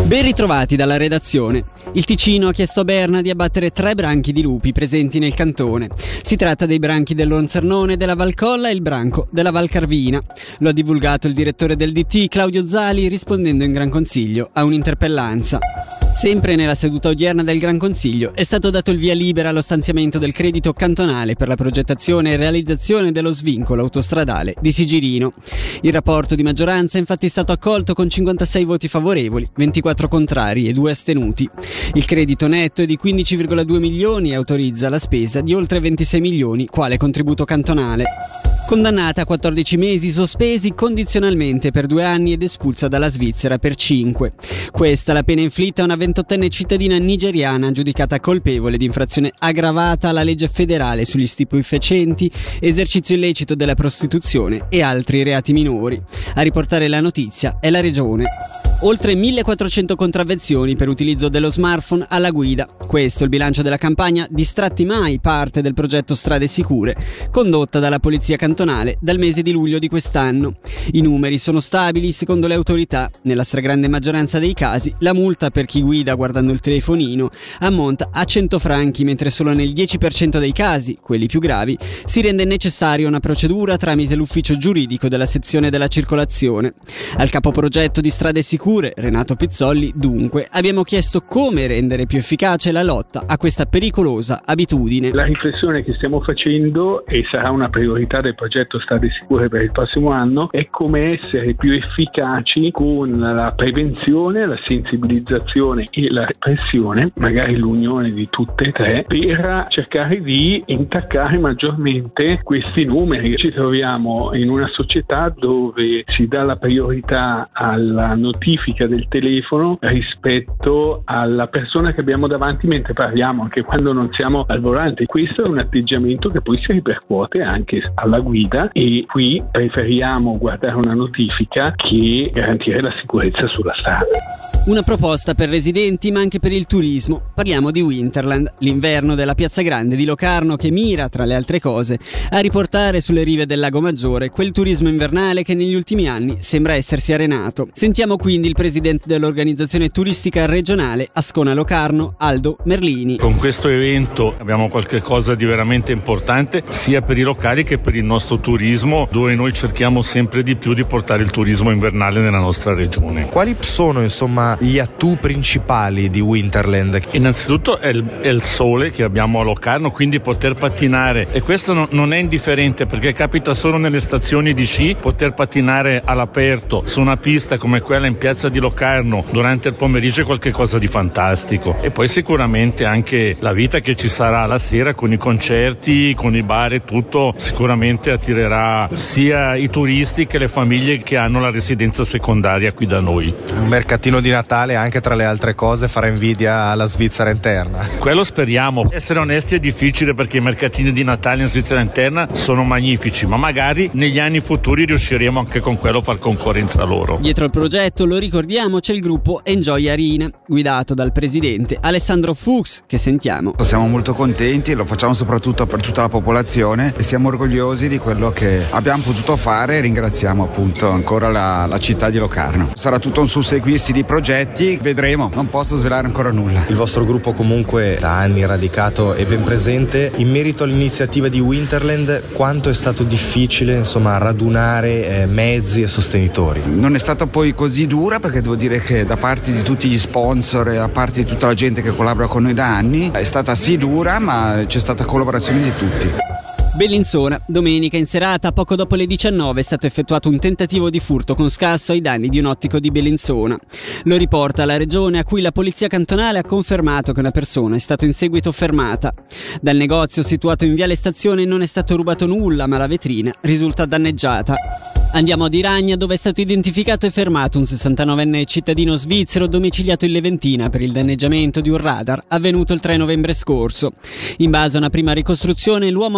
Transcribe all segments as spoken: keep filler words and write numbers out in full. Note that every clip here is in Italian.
Ben ritrovati dalla redazione. Il Ticino ha chiesto a Berna di abbattere tre branchi di lupi presenti nel cantone. Si tratta dei branchi dell'Onsernone, della Valcolla e il branco della Val Carvina. Lo ha divulgato il direttore del D T, Claudio Zali, rispondendo in Gran Consiglio a un'interpellanza. Sempre nella seduta odierna del Gran Consiglio è stato dato il via libera allo stanziamento del credito cantonale per la progettazione e realizzazione dello svincolo autostradale di Sigirino. Il rapporto di maggioranza è infatti stato accolto con cinquantasei voti favorevoli, ventiquattro contrari e due astenuti. Il credito netto è di quindici virgola due milioni e autorizza la spesa di oltre ventisei milioni quale contributo cantonale. Condannata a quattordici mesi sospesi condizionalmente per due anni ed espulsa dalla Svizzera per cinque. Questa è la pena inflitta a una ventottenne cittadina nigeriana giudicata colpevole di infrazione aggravata alla legge federale sugli stupefacenti, esercizio illecito della prostituzione e altri reati minori. A riportare la notizia è la Regione. Oltre millequattrocento contravvenzioni per utilizzo dello smartphone alla guida. Questo è il bilancio della campagna Distratti Mai, parte del progetto Strade Sicure, condotta dalla Polizia Cantonale dal mese di luglio di quest'anno. I numeri sono stabili secondo le autorità. Nella stragrande maggioranza dei casi la multa per chi guida guardando il telefonino ammonta a cento franchi, mentre solo nel dieci per cento dei casi, quelli più gravi, si rende necessaria una procedura tramite l'ufficio giuridico della sezione della circolazione. Al capoprogetto di Strade Sicure, Renato Pizzolli, dunque, abbiamo chiesto come rendere più efficace la lotta a questa pericolosa abitudine. La riflessione che stiamo facendo, e sarà una priorità del progetto Strade Sicure per il prossimo anno, è come essere più efficaci con la prevenzione, la sensibilizzazione e la repressione, magari l'unione di tutte e tre, per cercare di intaccare maggiormente questi numeri. Ci troviamo in una società dove si dà la priorità alla notifica del telefono rispetto alla persona che abbiamo davanti mentre parliamo, anche quando non siamo al volante. Questo è un atteggiamento che poi si ripercuote anche alla guida, e qui preferiamo guardare una notifica che garantire la sicurezza sulla strada. Una proposta per residenti ma anche per il turismo. Parliamo di Winterland, l'inverno della Piazza Grande di Locarno che mira, tra le altre cose, a riportare sulle rive del Lago Maggiore quel turismo invernale che negli ultimi anni sembra essersi arenato. Sentiamo quindi il presidente dell'organizzazione turistica regionale Ascona Locarno, Aldo Merlini. Con questo evento abbiamo qualche cosa di veramente importante sia per i locali che per il nostro turismo, dove noi cerchiamo sempre di più di portare il turismo invernale nella nostra regione. Quali sono insomma gli atu principali di Winterland? Innanzitutto è il, è il sole che abbiamo a Locarno, quindi poter pattinare, e questo no, non è indifferente perché capita solo nelle stazioni di sci, poter pattinare all'aperto su una pista come quella in piazza di Locarno durante il pomeriggio è qualcosa di fantastico. E poi sicuramente anche la vita che ci sarà la sera con i concerti, con i bar e tutto, sicuramente attirerà sia i turisti che le famiglie che hanno la residenza secondaria qui da noi. Un mercatino di Natale, anche tra le altre cose, farà invidia alla Svizzera interna. Quello speriamo. Essere onesti è difficile perché i mercatini di Natale in Svizzera interna sono magnifici, ma magari negli anni futuri riusciremo anche con quello a far concorrenza loro. Dietro il progetto, lo ricordiamo, c'è il gruppo Enjoy Arena, guidato dal presidente Alessandro Fuchs, che sentiamo. Siamo molto contenti, lo facciamo soprattutto per tutta la popolazione e siamo orgogliosi di quello che abbiamo potuto fare. Ringraziamo appunto ancora la, la città di Locarno. Sarà tutto un susseguirsi di progetti, vedremo, non posso svelare ancora nulla. Il vostro gruppo comunque da anni radicato e ben presente. In merito all'iniziativa di Winterland, quanto è stato difficile insomma radunare eh, mezzi e sostenitori? Non è stata poi così dura, perché devo dire che da parte di tutti gli sponsor e da parte di tutta la gente che collabora con noi da anni è stata sì dura, ma c'è stata collaborazione di tutti. Bellinzona, domenica in serata, poco dopo le diciannove, è stato effettuato un tentativo di furto con scasso ai danni di un ottico di Bellinzona. Lo riporta la regione, a cui la polizia cantonale ha confermato che una persona è stata in seguito fermata. Dal negozio situato in viale Stazione non è stato rubato nulla, ma la vetrina risulta danneggiata. Andiamo ad Iragna, dove è stato identificato e fermato un sessantanovenne cittadino svizzero domiciliato in Leventina per il danneggiamento di un radar avvenuto il tre novembre scorso. In base a una prima ricostruzione, l'uomo avrebbe colpito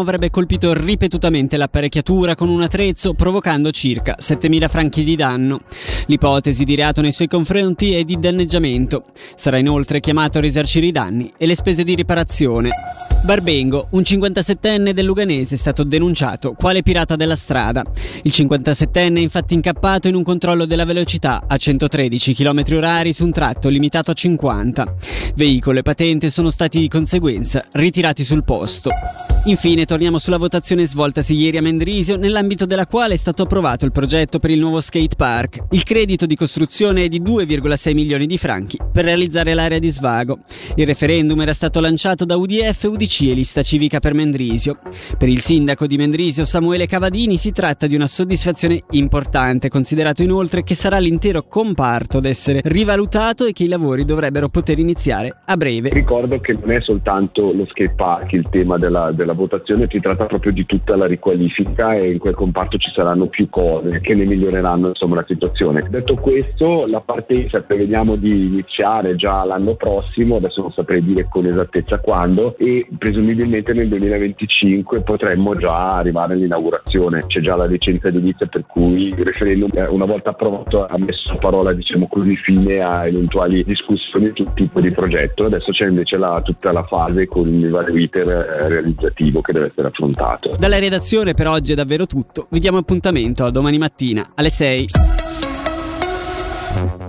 colpito ripetutamente l'apparecchiatura con un attrezzo, provocando circa settemila franchi di danno. L'ipotesi di reato nei suoi confronti è di danneggiamento. Sarà inoltre chiamato a risarcire i danni e le spese di riparazione. Barbengo, un cinquantasettenne del Luganese è stato denunciato quale pirata della strada. Il cinquantasettenne è infatti incappato in un controllo della velocità a centotredici chilometri orari su un tratto limitato a cinquanta. Veicolo e patente sono stati di conseguenza ritirati sul posto. Infine torniamo sulla votazione svoltasi ieri a Mendrisio, nell'ambito della quale è stato approvato il progetto per il nuovo skate park. Il credito di costruzione è di due virgola sei milioni di franchi per realizzare l'area di svago. Il referendum era stato lanciato da U D F, U D C e Lista Civica per Mendrisio. Per il sindaco di Mendrisio, Samuele Cavadini, si tratta di una soddisfazione importante, considerato inoltre che sarà l'intero comparto ad essere rivalutato e che i lavori dovrebbero poter iniziare a breve. Ricordo che non è soltanto lo skate park il tema della, della votazione, si tratta proprio di tutta la riqualifica e in quel comparto ci saranno più cose che ne miglioreranno insomma la situazione. Detto questo, la partenza prevediamo di iniziare già l'anno prossimo, adesso non saprei dire con esattezza quando, e presumibilmente nel duemilaventicinque potremmo già arrivare all'inaugurazione. C'è già la licenza edilizia, per cui il referendum una volta approvato ha messo a parola, diciamo così, fine a eventuali discussioni sul tipo di progetto. Adesso c'è invece la, tutta la fase con il vario iter eh, realizzativo che deve essere affrontato. Dalla redazione per oggi è davvero tutto. Vi diamo appuntamento a domani mattina alle sei.